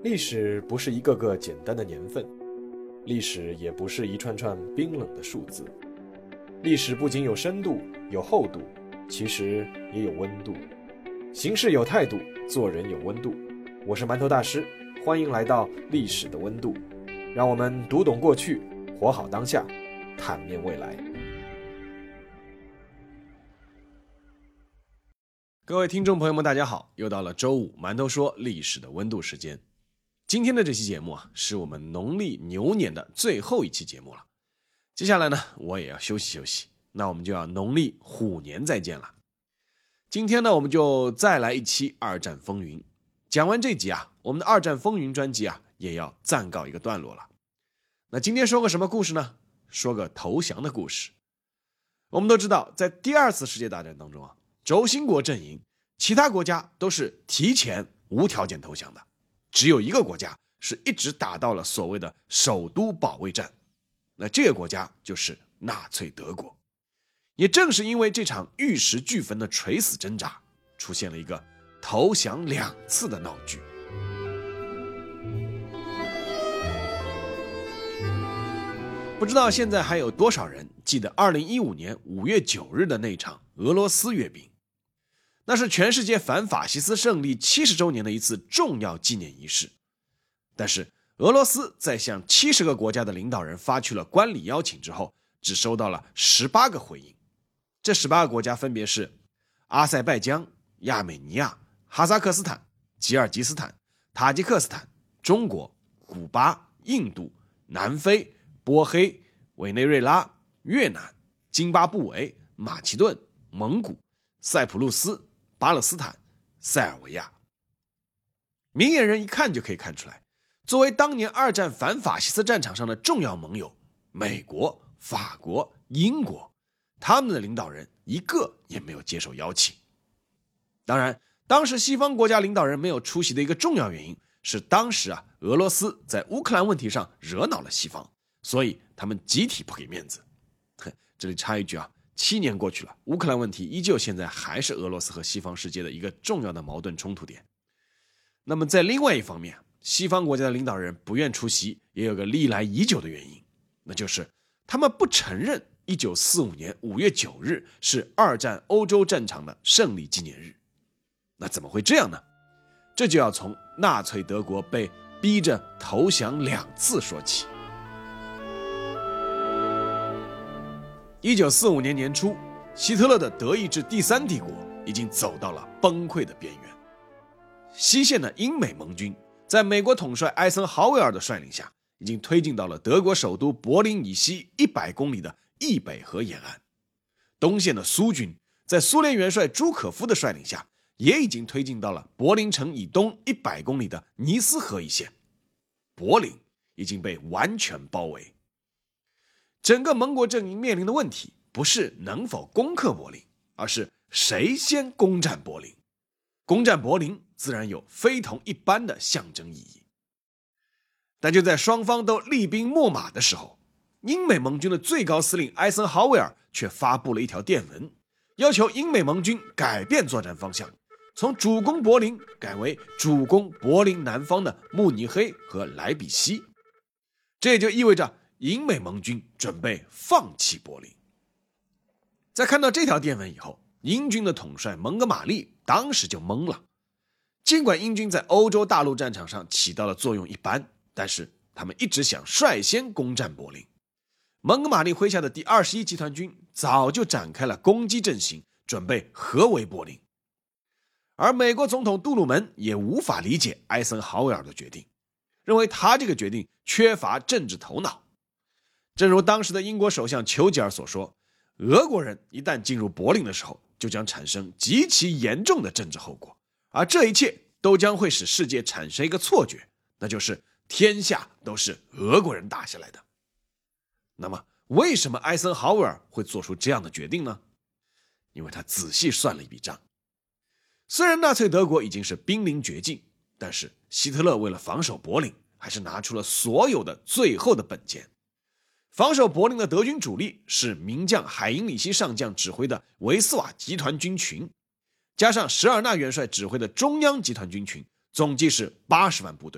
历史不是一个个简单的年份，历史也不是一串串冰冷的数字。历史不仅有深度有厚度，其实也有温度。行事有态度，做人有温度。我是馒头大师，欢迎来到历史的温度，让我们读懂过去，活好当下，坦面未来。各位听众朋友们大家好，又到了周五馒头说历史的温度时间。今天的这期节目是我们农历牛年的最后一期节目了。接下来呢，我也要休息休息，那我们就要农历虎年再见了。今天呢，我们就再来一期二战风云。讲完这集我们的二战风云专辑也要暂告一个段落了。那今天说个什么故事呢？说个投降的故事。我们都知道，在第二次世界大战当中轴心国阵营其他国家都是提前无条件投降的，只有一个国家是一直打到了所谓的首都保卫战，那这个国家就是纳粹德国。也正是因为这场玉石俱焚的垂死挣扎，出现了一个投降2次的闹剧。不知道现在还有多少人记得2015年5月9日的那场俄罗斯阅兵。那是全世界反法西斯胜利70周年的一次重要纪念仪式。但是俄罗斯在向70个国家的领导人发去了观礼邀请之后，只收到了18个回应。这18个国家分别是阿塞拜疆、亚美尼亚、哈萨克斯坦、吉尔吉斯坦、塔吉克斯坦、中国、古巴、印度、南非、波黑、委内瑞拉、越南、津巴布韦、马其顿、蒙古、塞浦路斯、巴勒斯坦、塞尔维亚。明眼人一看就可以看出来，作为当年二战反法西斯战场上的重要盟友，美国、法国、英国，他们的领导人一个也没有接受邀请。当然，当时西方国家领导人没有出席的一个重要原因是当时俄罗斯在乌克兰问题上惹恼了西方，所以他们集体不给面子。这里插一句7年过去了，乌克兰问题依旧现在还是俄罗斯和西方世界的一个重要的矛盾冲突点。那么在另外一方面，西方国家的领导人不愿出席也有个历来已久的原因，那就是他们不承认1945年5月9日是二战欧洲战场的胜利纪念日。那怎么会这样呢？这就要从纳粹德国被逼着投降2次说起。1945年年初，希特勒的德意志第三帝国已经走到了崩溃的边缘。西线的英美盟军在美国统帅艾森豪威尔的率领下，已经推进到了德国首都柏林以西100公里的易北河沿岸。东线的苏军在苏联元帅朱可夫的率领下，也已经推进到了柏林城以东100公里的尼斯河一线。柏林已经被完全包围。整个盟国阵营面临的问题不是能否攻克柏林，而是谁先攻占柏林。攻占柏林自然有非同一般的象征意义。但就在双方都厉兵秣马的时候，英美盟军的最高司令艾森豪威尔却发布了一条电文，要求英美盟军改变作战方向，从主攻柏林改为主攻柏林南方的慕尼黑和莱比锡。这也就意味着英美盟军准备放弃柏林。在看到这条电文以后，英军的统帅蒙哥马利当时就懵了。尽管英军在欧洲大陆战场上起到了作用一般，但是他们一直想率先攻占柏林。蒙哥马利麾下的第21集团军早就展开了攻击阵型，准备合围柏林。而美国总统杜鲁门也无法理解艾森豪威尔的决定，认为他这个决定缺乏政治头脑。正如当时的英国首相丘吉尔所说，俄国人一旦进入柏林的时候，就将产生极其严重的政治后果，而这一切都将会使世界产生一个错觉，那就是天下都是俄国人打下来的。那么为什么艾森豪威尔会做出这样的决定呢？因为他仔细算了一笔账。虽然纳粹德国已经是濒临绝境，但是希特勒为了防守柏林，还是拿出了所有的最后的本钱。防守柏林的德军主力是名将海因里希上将指挥的维斯瓦集团军群，加上舍尔纳元帅指挥的中央集团军群，总计是80万部队，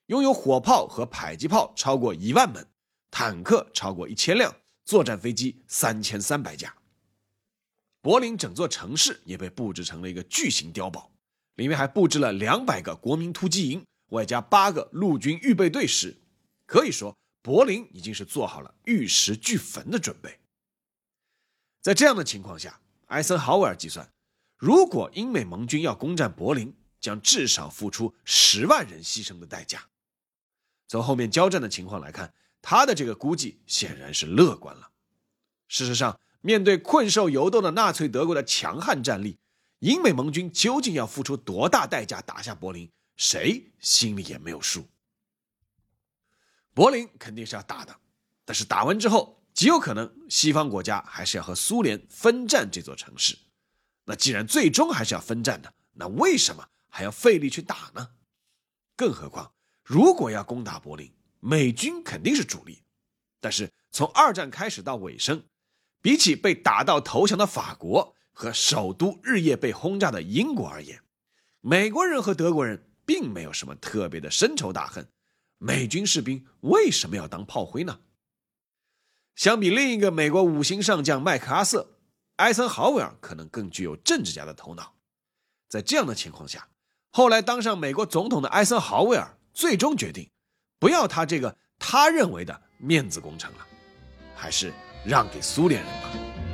拥有火炮和迫击炮超过1万门，坦克超过1000辆，作战飞机3300架。柏林整座城市也被布置成了一个巨型碉堡，里面还布置了200个国民突击营，外加8个陆军预备队师。可以说，柏林已经是做好了玉石俱焚的准备。在这样的情况下，艾森豪威尔计算，如果英美盟军要攻占柏林，将至少付出10万人牺牲的代价。从后面交战的情况来看，他的这个估计显然是乐观了。事实上，面对困兽犹斗的纳粹德国的强悍战力，英美盟军究竟要付出多大代价打下柏林，谁心里也没有数。柏林肯定是要打的，但是打完之后，极有可能西方国家还是要和苏联分占这座城市。那既然最终还是要分占的，那为什么还要费力去打呢？更何况，如果要攻打柏林，美军肯定是主力。但是从二战开始到尾声，比起被打到投降的法国和首都日夜被轰炸的英国而言，美国人和德国人并没有什么特别的深仇大恨。美军士兵为什么要当炮灰呢？相比另一个美国5星上将麦克阿瑟，艾森豪威尔可能更具有政治家的头脑。在这样的情况下，后来当上美国总统的艾森豪威尔最终决定，不要他这个他认为的面子工程了，还是让给苏联人吧。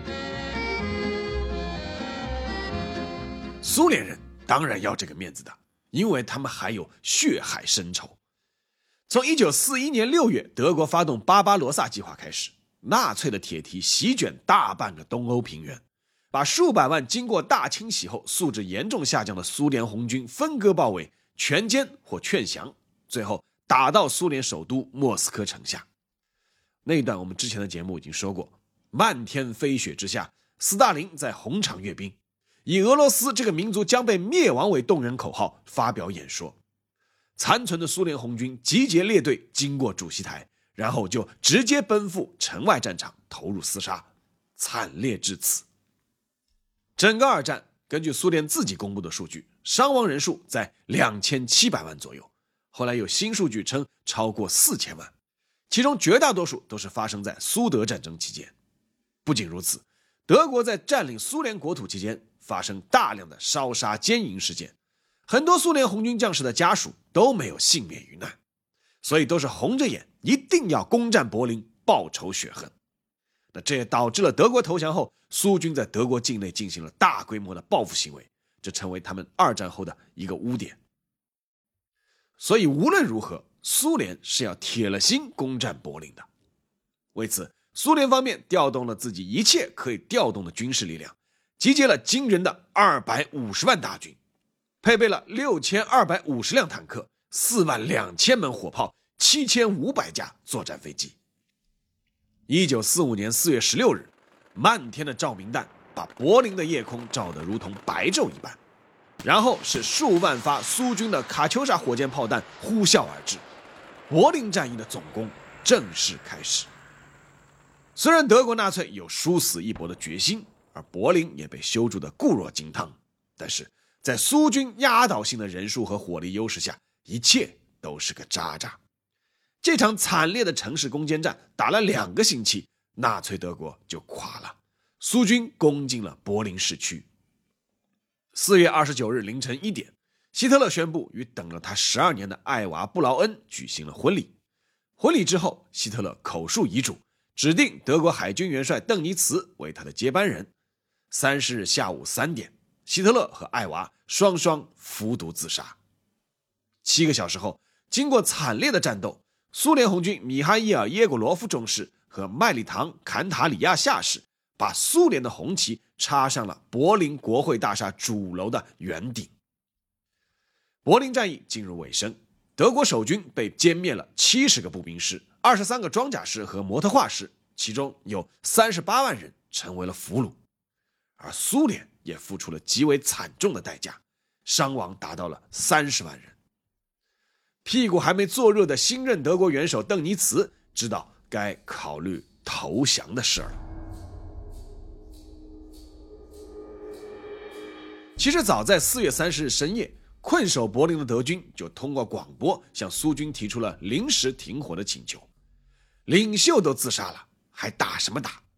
苏联人当然要这个面子的，因为他们还有血海深仇。从1941年6月德国发动巴巴罗萨计划开始，纳粹的铁蹄席卷大半个东欧平原，把数百万经过大清洗后素质严重下降的苏联红军分割包围，全歼或劝降，最后打到苏联首都莫斯科城下。那一段我们之前的节目已经说过，漫天飞雪之下，斯大林在红场阅兵，以俄罗斯这个民族将被灭亡为动员口号发表演说。残存的苏联红军集结列队经过主席台，然后就直接奔赴城外战场投入厮杀，惨烈至此。整个二战根据苏联自己公布的数据，伤亡人数在2700万左右，后来有新数据称超过4000万，其中绝大多数都是发生在苏德战争期间。不仅如此，德国在占领苏联国土期间发生大量的烧杀奸淫事件，很多苏联红军将士的家属都没有幸免于难，所以都是红着眼一定要攻占柏林，报仇雪恨。那这也导致了德国投降后，苏军在德国境内进行了大规模的报复行为，这成为他们二战后的一个污点。所以无论如何，苏联是要铁了心攻占柏林的。为此，苏联方面调动了自己一切可以调动的军事力量，集结了惊人的250万大军，配备了6250辆坦克、42000门火炮、7500架作战飞机。1945年4月16日，漫天的照明弹把柏林的夜空照得如同白昼一般，然后是数万发苏军的卡秋莎火箭炮弹呼啸而至，柏林战役的总攻正式开始。虽然德国纳粹有殊死一搏的决心，而柏林也被修筑得固若金汤，但是在苏军压倒性的人数和火力优势下，一切都是个渣渣。这场惨烈的城市攻坚战打了2个星期，纳粹德国就垮了，苏军攻进了柏林市区。4月29日凌晨1点，希特勒宣布与等了他12年的艾娃·布劳恩举行了婚礼。婚礼之后，希特勒口述遗嘱，指定德国海军元帅邓尼茨为他的接班人。30日下午3点，希特勒和艾娃双双服毒自杀。7个小时后，经过惨烈的战斗，苏联红军米哈伊尔·耶果罗夫中士和麦里唐·坎塔里亚下士把苏联的红旗插上了柏林国会大厦主楼的圆顶。柏林战役进入尾声，德国守军被歼灭了70个步兵师、23个装甲师和摩托化师，其中有38万人成为了俘虏。而苏联也付出了极为惨重的代价，伤亡达到了30万人。屁股还没坐热的新任德国元首邓尼茨知道该考虑投降的事了。其实早在4月30日深夜， 困守柏林的德军就通过广播向苏军提出了临时停火的请求。领袖都自杀了，还打什么打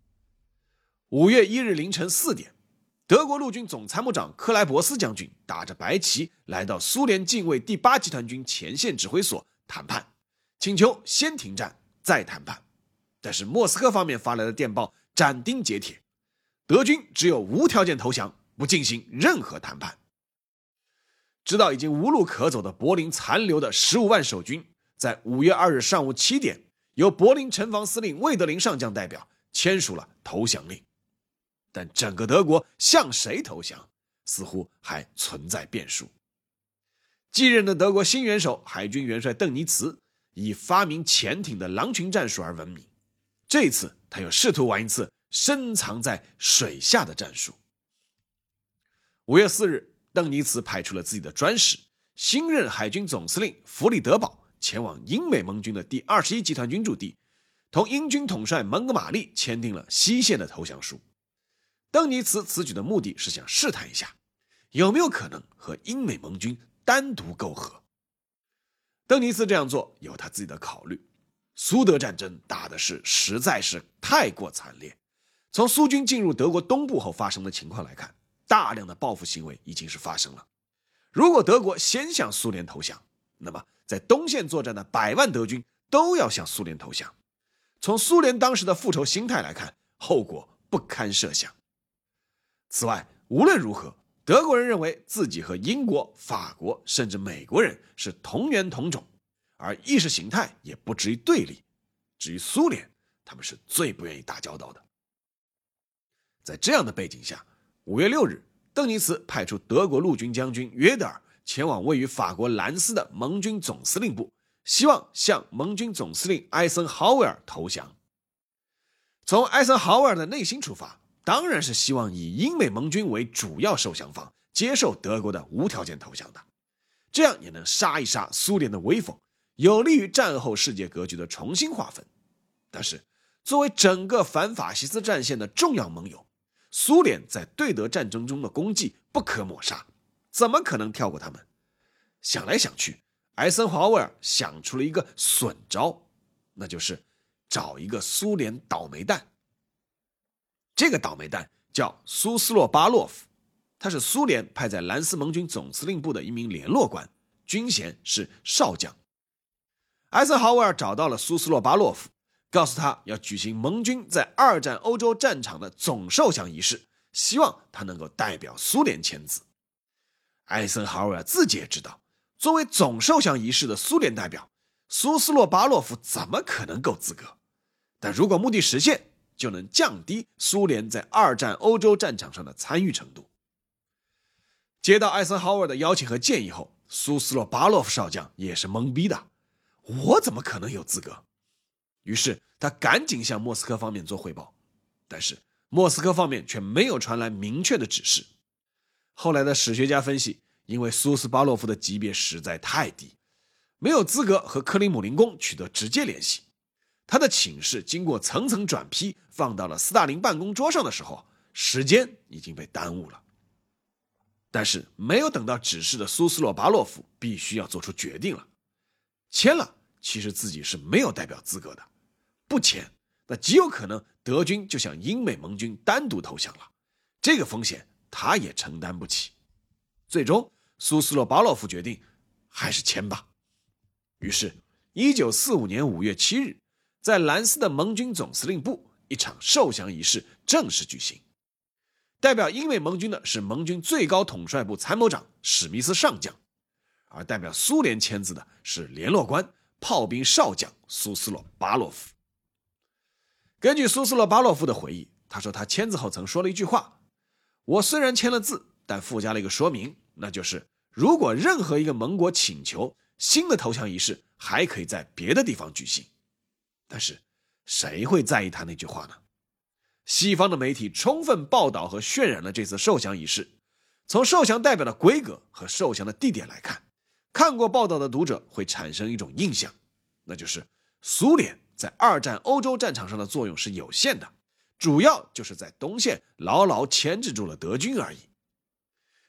？5月1日凌晨4点，德国陆军总参谋长克莱伯斯将军打着白旗来到苏联近卫第8集团军前线指挥所谈判，请求先停战再谈判。但是莫斯科方面发来的电报斩钉截铁，德军只有无条件投降，不进行任何谈判。知道已经无路可走的柏林残留的15万守军，在5月2日上午7点，由柏林城防司令魏德林上将代表签署了投降令。但整个德国向谁投降，似乎还存在变数。继任的德国新元首海军元帅邓尼茨以发明潜艇的狼群战术而闻名，这一次他又试图玩一次深藏在水下的战术。5月4日，邓尼茨派出了自己的专使，新任海军总司令弗里德堡前往英美盟军的第21集团军驻地，同英军统帅蒙哥马利签订了西线的投降书。邓尼茨此举的目的是想试探一下，有没有可能和英美盟军单独媾和。邓尼茨这样做有他自己的考虑，苏德战争打的实在是太过惨烈，从苏军进入德国东部后发生的情况来看，大量的报复行为已经是发生了。如果德国先向苏联投降，那么在东线作战的100万德军都要向苏联投降。从苏联当时的复仇心态来看，后果不堪设想。此外，无论如何，德国人认为自己和英国、法国甚至美国人是同源同种，而意识形态也不至于对立。至于苏联，他们是最不愿意打交道的。在这样的背景下，5月6日，邓尼茨派出德国陆军将军约德尔前往位于法国兰斯的盟军总司令部，希望向盟军总司令艾森豪威尔投降。从艾森豪威尔的内心出发，当然是希望以英美盟军为主要受降方，接受德国的无条件投降的，这样也能杀一杀苏联的威风，有利于战后世界格局的重新划分。但是作为整个反法西斯战线的重要盟友，苏联在对德战争中的功绩不可抹杀，怎么可能跳过他们？想来想去，艾森豪威尔想出了一个损招，那就是找一个苏联倒霉蛋。这个倒霉蛋叫苏斯洛巴洛夫，他是苏联派在兰斯盟军总司令部的一名联络官，军衔是少将。艾森豪威尔找到了苏斯洛巴洛夫，告诉他要举行盟军在2战欧洲战场的总受降仪式，希望他能够代表苏联签字。艾森豪威尔自己也知道，作为总受降仪式的苏联代表，苏斯洛巴洛夫怎么可能够资格？但如果目的实现，就能降低苏联在2战欧洲战场上的参与程度。接到艾森豪威尔的邀请和建议后，苏斯洛巴洛夫少将也是懵逼的，我怎么可能有资格？于是他赶紧向莫斯科方面做汇报，但是莫斯科方面却没有传来明确的指示。后来的史学家分析，因为苏斯巴洛夫的级别实在太低，没有资格和克里姆林宫取得直接联系。他的请示经过层层转批，放到了斯大林办公桌上的时候，时间已经被耽误了。但是没有等到指示的苏斯洛巴洛夫必须要做出决定了。签了，其实自己是没有代表资格的；不签，那极有可能德军就向英美盟军单独投降了，这个风险他也承担不起。最终，苏斯洛巴洛夫决定还是签吧。于是1945年5月7日，在兰斯的盟军总司令部，一场受降仪式正式举行。代表英美盟军的是盟军最高统帅部参谋长史密斯上将，而代表苏联签字的是联络官炮兵少将苏斯洛巴洛夫。根据苏斯洛巴洛夫的回忆，他说他签字后曾说了一句话：我虽然签了字，但附加了一个说明，那就是如果任何一个盟国请求，新的投降仪式还可以在别的地方举行。但是谁会在意他那句话呢？西方的媒体充分报道和渲染了这次受降仪式。从受降代表的规格和受降的地点来看，看过报道的读者会产生一种印象，那就是苏联在2战欧洲战场上的作用是有限的，主要就是在东线牢牢牵制住了德军而已。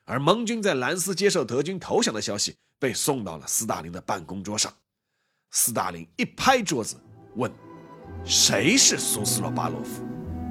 而盟军在兰斯接受德军投降的消息被送到了斯大林的办公桌上。斯大林一拍桌子问：谁是苏斯洛巴洛夫？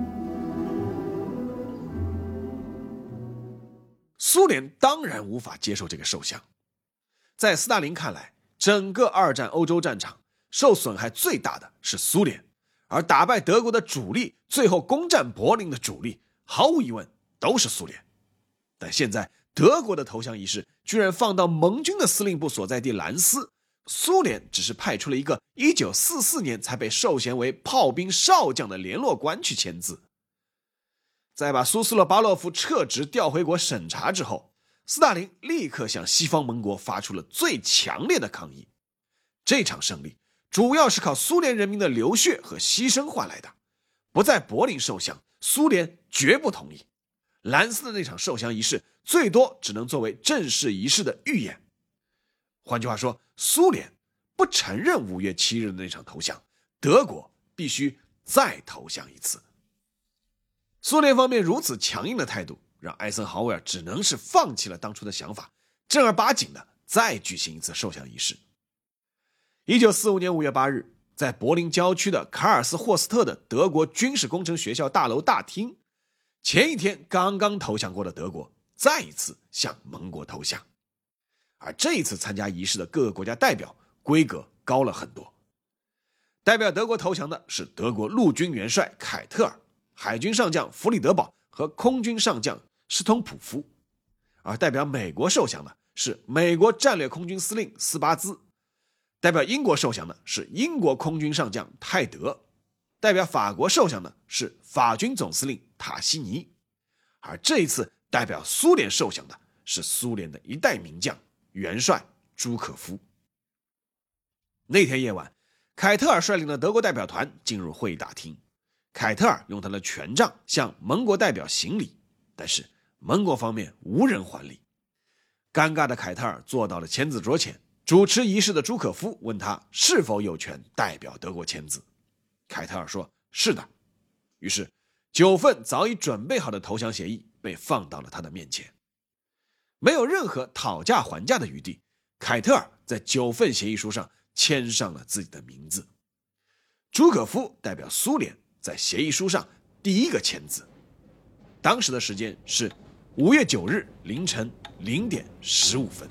苏联当然无法接受这个受降。在斯大林看来，整个二战欧洲战场受损害最大的是苏联，而打败德国的主力，最后攻占柏林的主力，毫无疑问都是苏联。但现在德国的投降仪式居然放到盟军的司令部所在地兰斯，苏联只是派出了一个1944年才被授衔为炮兵少将的联络官去签字。在把苏斯洛巴洛夫撤职调回国审查之后，斯大林立刻向西方盟国发出了最强烈的抗议。这场胜利主要是靠苏联人民的流血和牺牲换来的，不在柏林受降，苏联绝不同意。兰斯的那场受降仪式最多只能作为正式仪式的预演。换句话说，苏联不承认5月7日的那场投降，德国必须再投降一次。苏联方面如此强硬的态度，让艾森豪威尔只能是放弃了当初的想法，正儿八经的再举行一次受降仪式。1945年5月8日，在柏林郊区的卡尔斯霍斯特的德国军事工程学校大楼大厅，前一天刚刚投降过的德国再一次向盟国投降。而这一次参加仪式的各个国家代表规格高了很多。代表德国投降的是德国陆军元帅凯特尔、海军上将弗里德堡和空军上将施通普夫，而代表美国受降的是美国战略空军司令斯巴兹，代表英国受降的是英国空军上将泰德，代表法国受降的是法军总司令塔西尼，而这一次代表苏联受降的是苏联的一代名将元帅朱可夫。那天夜晚，凯特尔率领的德国代表团进入会议大厅，凯特尔用他的权杖向盟国代表行礼，但是盟国方面无人还礼。尴尬的凯特尔坐到了签字桌前，主持仪式的朱可夫问他是否有权代表德国签字。凯特尔说是的。于是9份早已准备好的投降协议被放到了他的面前，没有任何讨价还价的余地，凯特尔在9份协议书上签上了自己的名字。朱可夫代表苏联在协议书上第一个签字，当时的时间是5月9日凌晨0点15分。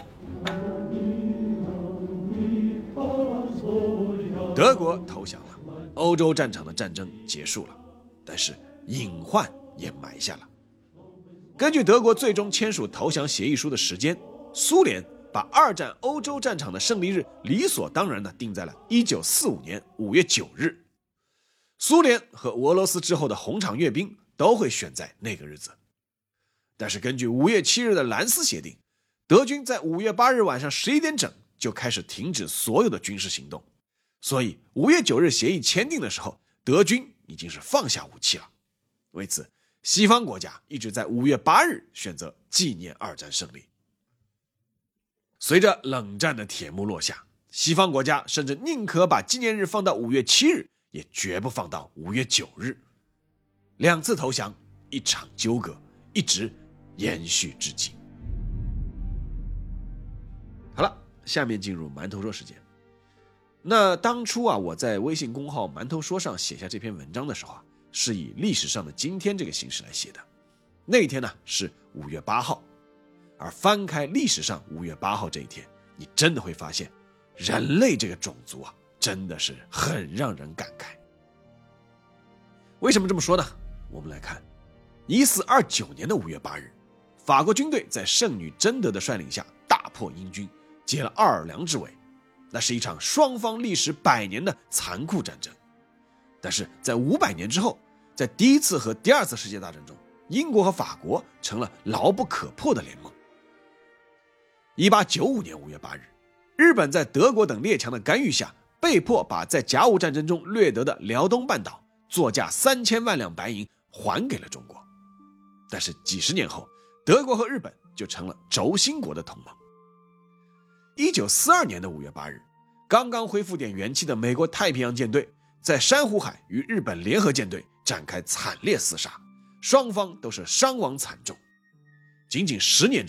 德国投降了，欧洲战场的战争结束了，但是隐患也埋下了。根据德国最终签署投降协议书的时间，苏联把二战欧洲战场的胜利日理所当然地定在了1945年5月9日。苏联和俄罗斯之后的红场阅兵都会选在那个日子。但是根据5月7日的兰斯协定，德军在5月8日晚上11点整就开始停止所有的军事行动，所以5月9日协议签订的时候，德军已经是放下武器了。为此，西方国家一直在5月8日选择纪念二战胜利。随着冷战的铁幕落下，西方国家甚至宁可把纪念日放到5月7日，也绝不放到5月9日。2次投降，一场纠葛，一直延续至今。好了，下面进入馒头说时间。那当初我在微信公号馒头说上写下这篇文章的时候是以历史上的今天这个形式来写的。那一天呢是5月8号，而翻开历史上5月8号这一天，你真的会发现，人类这个种族真的是很让人感慨。为什么这么说呢？我们来看1429年的5月8日，法国军队在圣女贞德的率领下大破英军，接了奥尔良之围。那是一场双方历时100年的残酷战争。但是在500年之后，在第一次和第二次世界大战中，英国和法国成了牢不可破的联盟。1895年5月8日，日本在德国等列强的干预下，被迫把在甲午战争中掠得的辽东半岛作价3000万两白银还给了中国。但是几十年后，德国和日本就成了轴心国的同盟。1942年的5月8日，刚刚恢复点元气的美国太平洋舰队在珊瑚海与日本联合舰队展开惨烈厮杀，双方都是伤亡惨重。仅仅10年之后，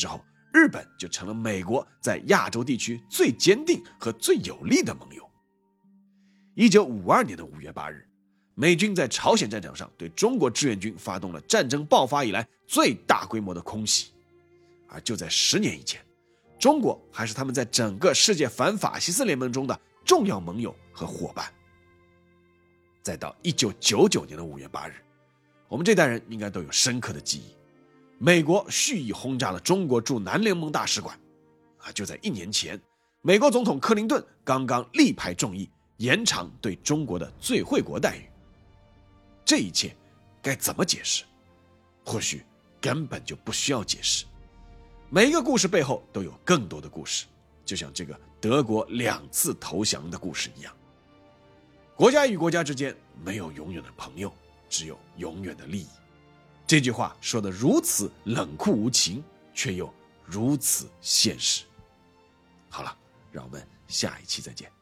日本就成了美国在亚洲地区最坚定和最有力的盟友。1952年5月8日，美军在朝鲜战场上对中国志愿军发动了战争爆发以来最大规模的空袭。而就在10年以前，中国还是他们在整个世界反法西斯联盟中的重要盟友和伙伴。再到1999年5月8日，我们这代人应该都有深刻的记忆，美国蓄意轰炸了中国驻南联盟大使馆。就在1年前，美国总统克林顿刚刚力排众议延长对中国的最惠国待遇。这一切该怎么解释？或许根本就不需要解释。每一个故事背后都有更多的故事，就像这个德国2次投降的故事一样。国家与国家之间没有永远的朋友，只有永远的利益。这句话说得如此冷酷无情，却又如此现实。好了，让我们下一期再见。